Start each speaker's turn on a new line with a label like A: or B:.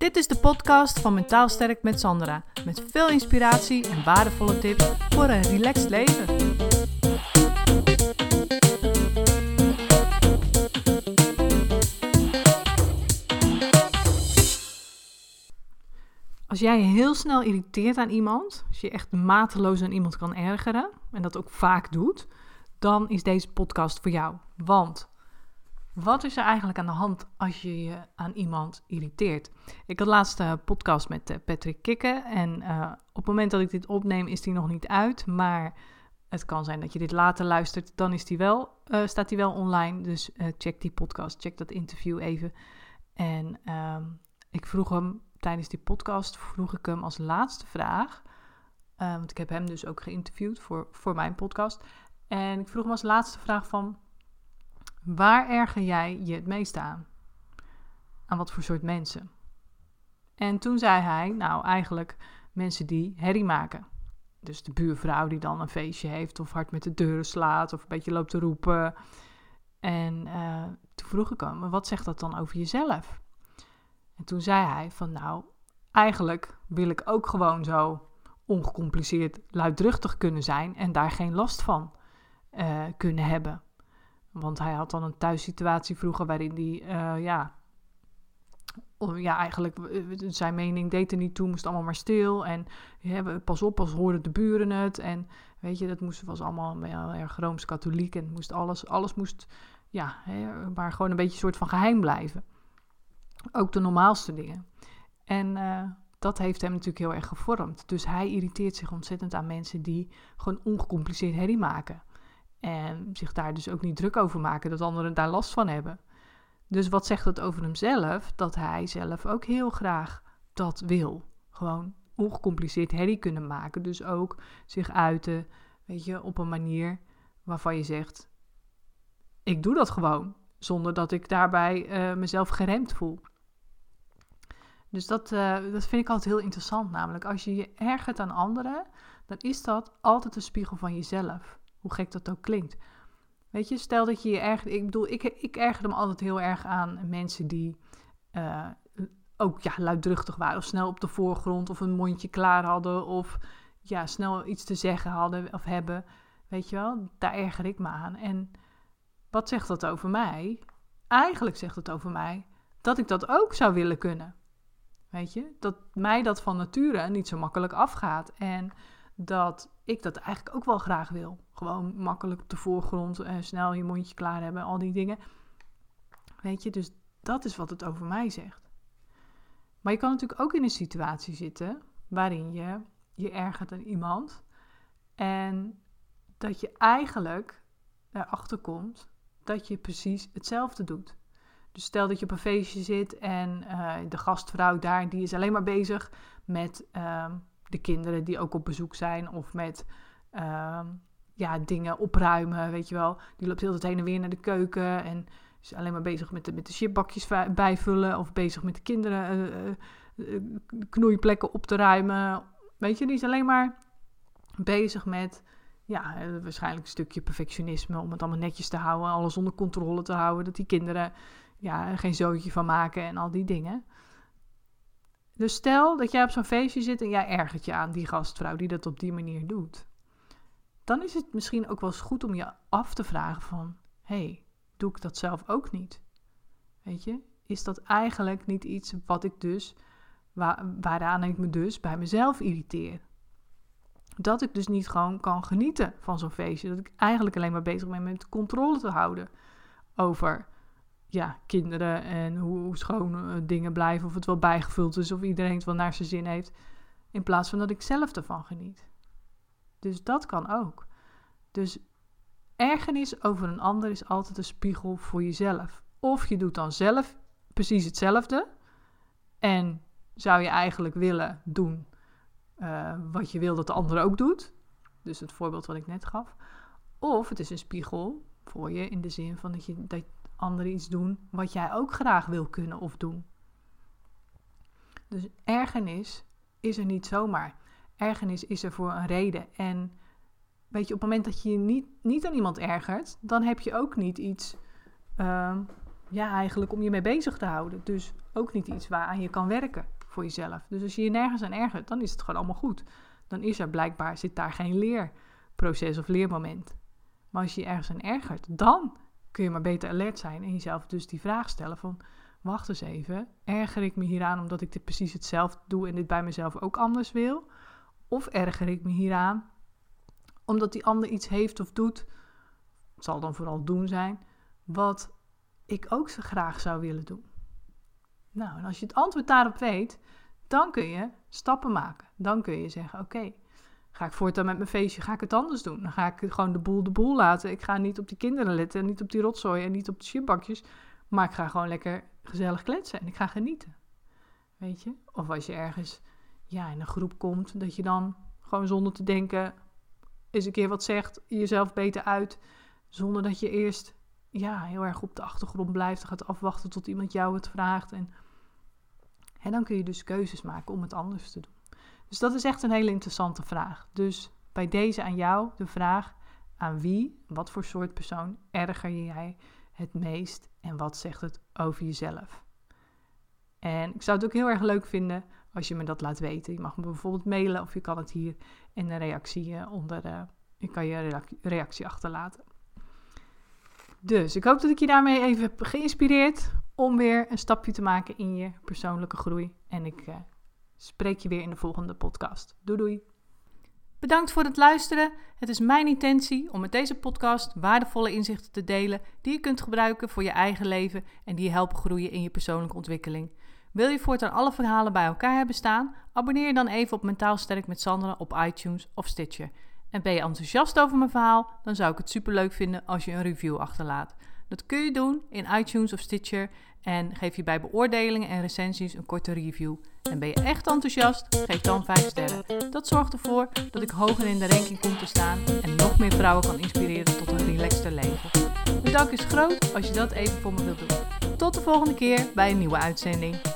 A: Dit is de podcast van Mentaal Sterk met Sandra. Met veel inspiratie en waardevolle tips voor een relaxed leven. Als jij je heel snel irriteert aan iemand, als je echt mateloos aan iemand kan ergeren, en dat ook vaak doet, dan is deze podcast voor jou. Want wat is er eigenlijk aan de hand als je je aan iemand irriteert? Ik had laatst een podcast met Patrick Kikken en op het moment dat ik dit opneem is die nog niet uit, maar het kan zijn dat je dit later luistert, dan is staat die wel online, dus check die podcast, check dat interview even. En ik vroeg hem tijdens die podcast, als laatste vraag, want ik heb hem dus ook geïnterviewd voor mijn podcast, en ik vroeg hem als laatste vraag van: waar erger jij je het meest aan? Aan wat voor soort mensen? En toen zei hij, nou eigenlijk mensen die herrie maken. Dus de buurvrouw die dan een feestje heeft of hard met de deuren slaat of een beetje loopt te roepen. En toen vroeg ik hem, maar wat zegt dat dan over jezelf? En toen zei hij van nou, eigenlijk wil ik ook gewoon zo ongecompliceerd luidruchtig kunnen zijn en daar geen last van kunnen hebben. Want hij had dan een thuissituatie vroeger waarin hij, eigenlijk zijn mening deed er niet toe, moest allemaal maar stil. En pas op, als hoorden de buren het. En weet je, was allemaal heel erg Rooms-katholiek. En alles moest, maar gewoon een beetje een soort van geheim blijven. Ook de normaalste dingen. En dat heeft hem natuurlijk heel erg gevormd. Dus hij irriteert zich ontzettend aan mensen die gewoon ongecompliceerd herrie maken. En zich daar dus ook niet druk over maken dat anderen daar last van hebben. Dus wat zegt dat over hemzelf? Dat hij zelf ook heel graag dat wil. Gewoon ongecompliceerd herrie kunnen maken. Dus ook zich uiten, weet je, op een manier waarvan je zegt: ik doe dat gewoon. Zonder dat ik daarbij mezelf geremd voel. Dus dat vind ik altijd heel interessant. Namelijk, als je je ergert aan anderen, dan is dat altijd een spiegel van jezelf. Hoe gek dat ook klinkt. Weet je, stel dat je je ergert. Ik ergerde me altijd heel erg aan mensen die ook luidruchtig waren. Of snel op de voorgrond. Of een mondje klaar hadden. Of snel iets te zeggen hadden of hebben. Weet je wel, daar erger ik me aan. En wat zegt dat over mij? Eigenlijk zegt het over mij dat ik dat ook zou willen kunnen. Weet je, dat mij dat van nature niet zo makkelijk afgaat. En dat ik dat eigenlijk ook wel graag wil. Gewoon makkelijk op de voorgrond, snel je mondje klaar hebben, al die dingen. Weet je, dus dat is wat het over mij zegt. Maar je kan natuurlijk ook in een situatie zitten waarin je ergert aan iemand. En dat je eigenlijk erachter komt dat je precies hetzelfde doet. Dus stel dat je op een feestje zit en de gastvrouw daar, die is alleen maar bezig met de kinderen die ook op bezoek zijn. Of met dingen opruimen, weet je wel. Die loopt heel het heen en weer naar de keuken en is alleen maar bezig met de chipbakjes bijvullen. Of bezig met de kinderen knoeiplekken op te ruimen. Weet je, die is alleen maar bezig met waarschijnlijk een stukje perfectionisme. Om het allemaal netjes te houden, alles onder controle te houden. Dat die kinderen geen zootje van maken en al die dingen. Dus stel dat jij op zo'n feestje zit en jij ergert je aan die gastvrouw die dat op die manier doet. Dan is het misschien ook wel eens goed om je af te vragen van: hey, doe ik dat zelf ook niet? Weet je, is dat eigenlijk niet iets wat ik dus, waaraan ik me dus bij mezelf irriteer? Dat ik dus niet gewoon kan genieten van zo'n feestje. Dat ik eigenlijk alleen maar bezig ben met controle te houden over kinderen en hoe schoon dingen blijven. Of het wel bijgevuld is of iedereen het wel naar zijn zin heeft. In plaats van dat ik zelf ervan geniet. Dus dat kan ook. Dus ergernis over een ander is altijd een spiegel voor jezelf. Of je doet dan zelf precies hetzelfde. En zou je eigenlijk willen doen wat je wil dat de ander ook doet. Dus het voorbeeld wat ik net gaf. Of het is een spiegel voor je in de zin van dat anderen iets doen wat jij ook graag wil kunnen of doen. Dus ergernis is er niet zomaar. Ergernis is er voor een reden. En weet je, op het moment dat je je niet aan iemand ergert, dan heb je ook niet iets eigenlijk om je mee bezig te houden. Dus ook niet iets waaraan je kan werken voor jezelf. Dus als je je nergens aan ergert, dan is het gewoon allemaal goed. Dan is er blijkbaar, zit daar geen leerproces of leermoment. Maar als je je ergens aan ergert, dan kun je maar beter alert zijn en jezelf dus die vraag stellen van, wacht eens even, erger ik me hieraan omdat ik dit precies hetzelfde doe en dit bij mezelf ook anders wil? Of erger ik me hieraan omdat die ander iets heeft of doet, het zal dan vooral doen zijn, wat ik ook zo graag zou willen doen? Nou, en als je het antwoord daarop weet, dan kun je stappen maken. Dan kun je zeggen, oké, ga ik voortaan met mijn feestje, ga ik het anders doen? Dan ga ik gewoon de boel laten. Ik ga niet op die kinderen letten en niet op die rotzooi en niet op de chipbakjes, maar ik ga gewoon lekker gezellig kletsen en ik ga genieten. Weet je? Of als je ergens in een groep komt, dat je dan gewoon zonder te denken eens een keer wat zegt, jezelf beter uit, zonder dat je eerst heel erg op de achtergrond blijft en gaat afwachten tot iemand jou het vraagt. En dan kun je dus keuzes maken om het anders te doen. Dus dat is echt een hele interessante vraag. Dus bij deze aan jou de vraag, aan wie, wat voor soort persoon erger jij het meest en wat zegt het over jezelf? En ik zou het ook heel erg leuk vinden als je me dat laat weten. Je mag me bijvoorbeeld mailen of je kan het hier in de reactie je kan je reactie achterlaten. Dus ik hoop dat ik je daarmee even heb geïnspireerd om weer een stapje te maken in je persoonlijke groei. En ik spreek je weer in de volgende podcast. Doei doei! Bedankt voor het luisteren. Het is mijn intentie om met deze podcast waardevolle inzichten te delen die je kunt gebruiken voor je eigen leven en die je helpen groeien in je persoonlijke ontwikkeling. Wil je voortaan alle verhalen bij elkaar hebben staan? Abonneer je dan even op Mentaal Sterk met Sandra op iTunes of Stitcher. En ben je enthousiast over mijn verhaal? Dan zou ik het superleuk vinden als je een review achterlaat. Dat kun je doen in iTunes of Stitcher en geef je bij beoordelingen en recensies een korte review. En ben je echt enthousiast? Geef dan 5 sterren. Dat zorgt ervoor dat ik hoger in de ranking kom te staan en nog meer vrouwen kan inspireren tot een relaxter leven. De dank is groot als je dat even voor me wilt doen. Tot de volgende keer bij een nieuwe uitzending.